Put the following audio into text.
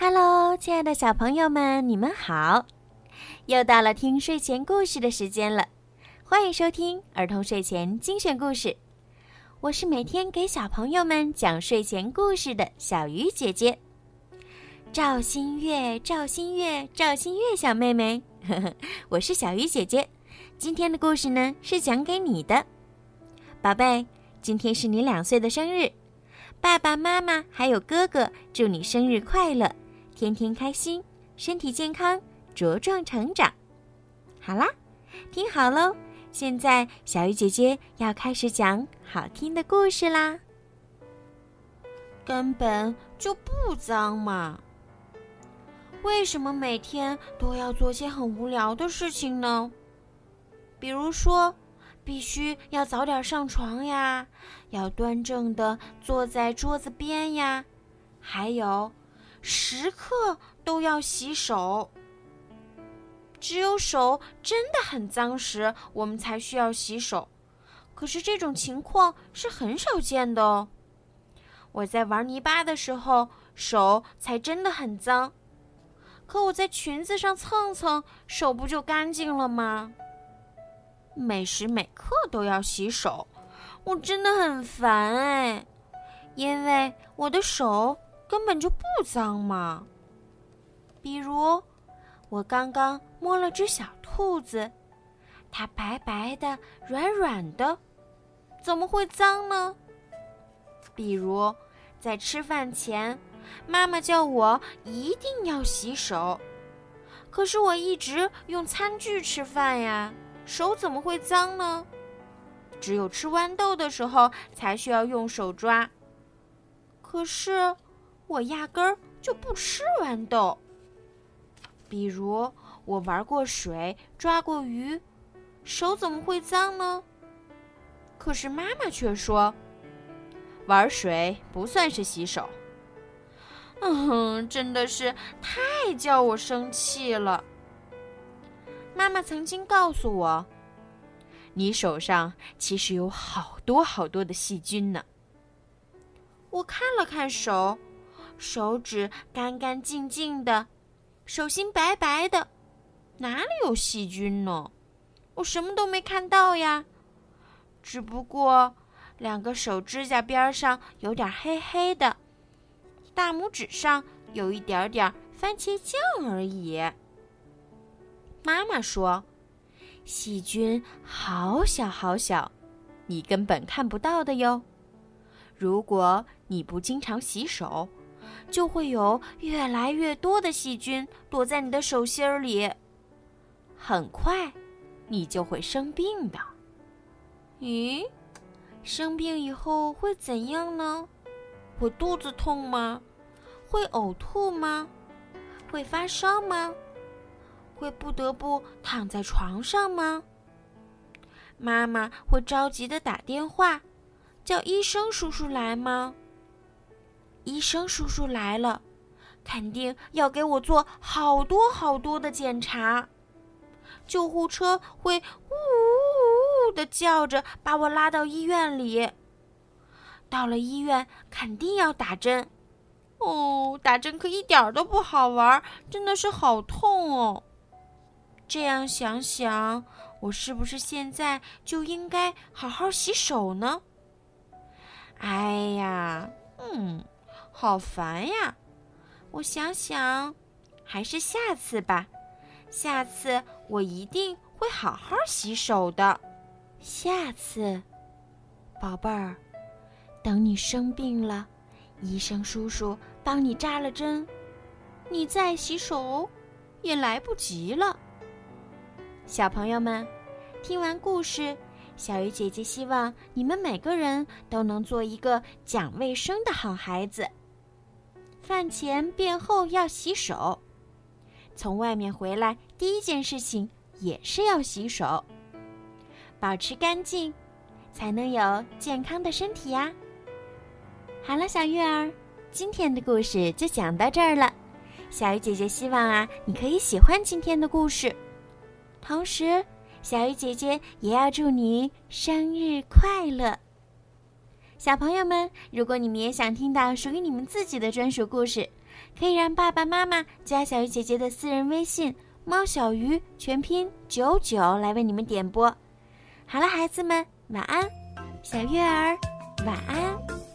Hello， 亲爱的小朋友们，你们好！又到了听睡前故事的时间了，欢迎收听儿童睡前精选故事。我是每天给小朋友们讲睡前故事的小鱼姐姐。赵新月，赵新月，赵新月小妹妹，我是小鱼姐姐。今天的故事呢，是讲给你的。宝贝，今天是你2岁的生日，爸爸妈妈还有哥哥祝你生日快乐，天天开心，身体健康，茁壮成长。好啦，听好喽，现在小鱼姐姐要开始讲好听的故事啦。根本就不脏嘛，为什么每天都要做些很无聊的事情呢？比如说，必须要早点上床呀，要端正地坐在桌子边呀，还有时刻都要洗手。只有手真的很脏时，我们才需要洗手。可是这种情况是很少见的哦。我在玩泥巴的时候，手才真的很脏。可我在裙子上蹭蹭，手不就干净了吗？每时每刻都要洗手，我真的很烦哎，因为我的手根本就不脏嘛。比如，我刚刚摸了只小兔子，它白白的、软软的，怎么会脏呢？比如，在吃饭前，妈妈叫我一定要洗手，可是我一直用餐具吃饭呀，手怎么会脏呢？只有吃豌豆的时候才需要用手抓，可是我压根儿就不吃豌豆。比如我玩过水，抓过鱼，手怎么会脏呢？可是妈妈却说，玩水不算是洗手。真的是太叫我生气了。妈妈曾经告诉我，你手上其实有好多好多的细菌呢。我看了看手，手指干干净净的，手心白白的，哪里有细菌呢？我什么都没看到呀，只不过2个手指甲边上有点黑黑的，大拇指上有一点点番茄酱而已。妈妈说，细菌好小好小，你根本看不到的哟。如果你不经常洗手，就会有越来越多的细菌躲在你的手心里，很快你就会生病的。咦，生病以后会怎样呢？会肚子痛吗？会呕吐吗？会发烧吗？会不得不躺在床上吗？妈妈会着急地打电话，叫医生叔叔来吗？医生叔叔来了，肯定要给我做好多好多的检查。救护车会呜呜呜地叫着把我拉到医院里。到了医院，肯定要打针。打针可一点都不好玩，真的是好痛哦。这样想想，我是不是现在就应该好好洗手呢？哎呀，好烦呀！我想想，还是下次吧。下次我一定会好好洗手的。下次，宝贝儿，等你生病了，医生叔叔帮你扎了针，你再洗手也来不及了。小朋友们，听完故事，小鱼姐姐希望你们每个人都能做一个讲卫生的好孩子。饭前便后要洗手，从外面回来第一件事情也是要洗手，保持干净，才能有健康的身体呀。好了，小鱼儿，今天的故事就讲到这儿了。小鱼姐姐希望你可以喜欢今天的故事。同时，小鱼姐姐也要祝你生日快乐。 小朋友们，如果你们也想听到属于你们自己的专属故事，可以让爸爸妈妈加小鱼姐姐的私人微信猫小鱼全拼99来为你们点播。好了，孩子们，晚安，小月儿，晚安。